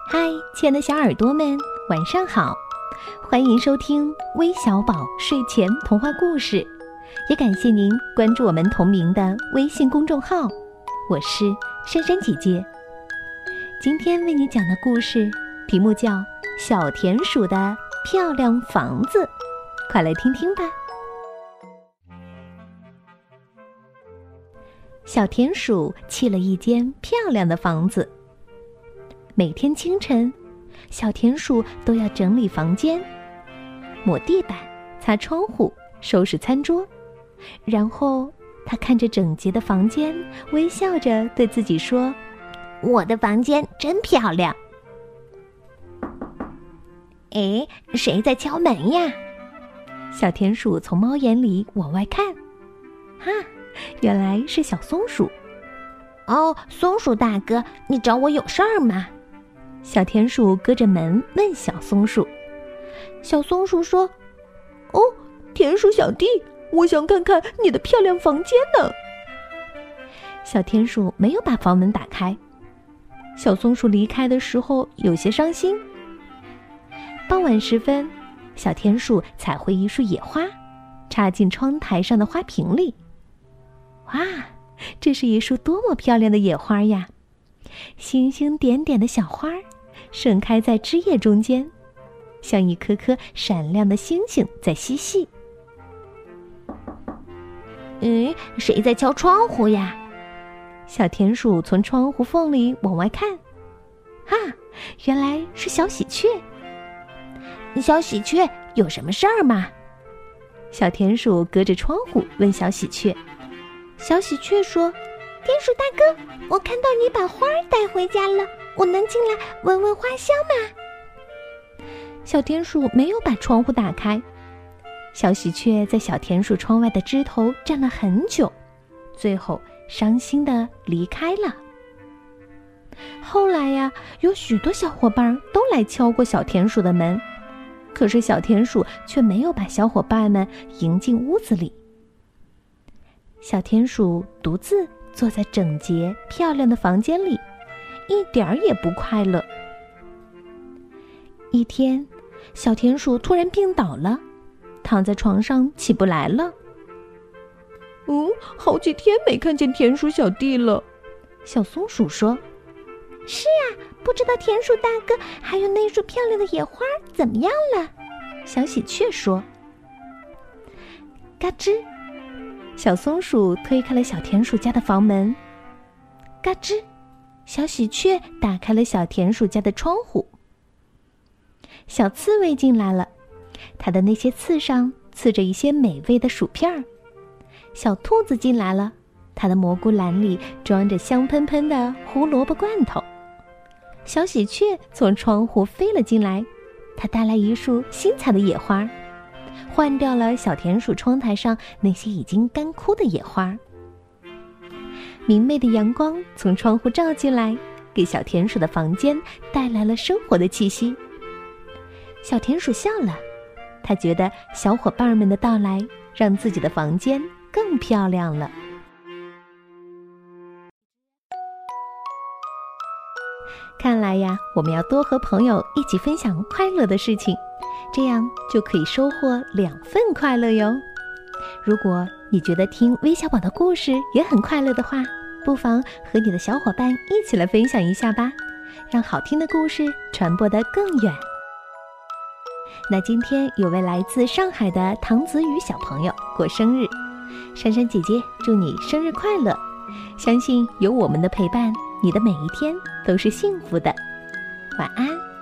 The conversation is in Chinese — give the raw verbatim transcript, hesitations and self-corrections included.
嗨，亲爱的小耳朵们，晚上好！欢迎收听微小宝睡前童话故事，也感谢您关注我们同名的微信公众号。我是珊珊姐姐。今天为你讲的故事题目叫《小田鼠的漂亮房子》，快来听听吧。小田鼠砌了一间漂亮的房子。每天清晨，小田鼠都要整理房间，抹地板，擦窗户，收拾餐桌，然后他看着整洁的房间，微笑着对自己说：我的房间真漂亮。诶，谁在敲门呀？小田鼠从猫眼里往外看，哈，原来是小松鼠。哦，松鼠大哥，你找我有事儿吗？小田鼠隔着门问小松鼠。小松鼠说：哦，田鼠小弟，我想看看你的漂亮房间呢。小田鼠没有把房门打开。小松鼠离开的时候有些伤心。傍晚时分，小田鼠采回一束野花，插进窗台上的花瓶里。哇，这是一束多么漂亮的野花呀！星星点点的小花盛开在枝叶中间，像一颗颗闪亮的星星在嬉戏。嗯，谁在敲窗户呀？小田鼠从窗户缝里往外看，哈，原来是小喜鹊。小喜鹊，有什么事儿吗？小田鼠隔着窗户问小喜鹊。小喜鹊说：田鼠大哥，我看到你把花带回家了，我能进来闻闻花香吗？小田鼠没有把窗户打开。小喜鹊在小田鼠窗外的枝头站了很久，最后伤心地离开了。后来呀，有许多小伙伴都来敲过小田鼠的门，可是小田鼠却没有把小伙伴们迎进屋子里。小田鼠独自坐在整洁漂亮的房间里，一点儿也不快乐。一天，小田鼠突然病倒了，躺在床上起不来了。嗯，好几天没看见田鼠小弟了。小松鼠说：是啊，不知道田鼠大哥还有那束漂亮的野花怎么样了？小喜鹊说。嘎吱，小松鼠推开了小田鼠家的房门。嘎吱，小喜鹊打开了小田鼠家的窗户。小刺猬进来了，它的那些刺上刺着一些美味的薯片儿。小兔子进来了，它的蘑菇篮里装着香喷喷的胡萝卜罐头。小喜鹊从窗户飞了进来，它带来一束新采的野花，换掉了小田鼠窗台上那些已经干枯的野花。明媚的阳光从窗户照进来，给小田鼠的房间带来了生活的气息。小田鼠笑了，他觉得小伙伴们的到来让自己的房间更漂亮了。看来呀，我们要多和朋友一起分享快乐的事情，这样就可以收获两份快乐哟。如果你觉得听微小宝的故事也很快乐的话，不妨和你的小伙伴一起来分享一下吧，让好听的故事传播得更远。那今天有位来自上海的唐子宇小朋友过生日，珊珊姐姐祝你生日快乐，相信有我们的陪伴，你的每一天都是幸福的。晚安。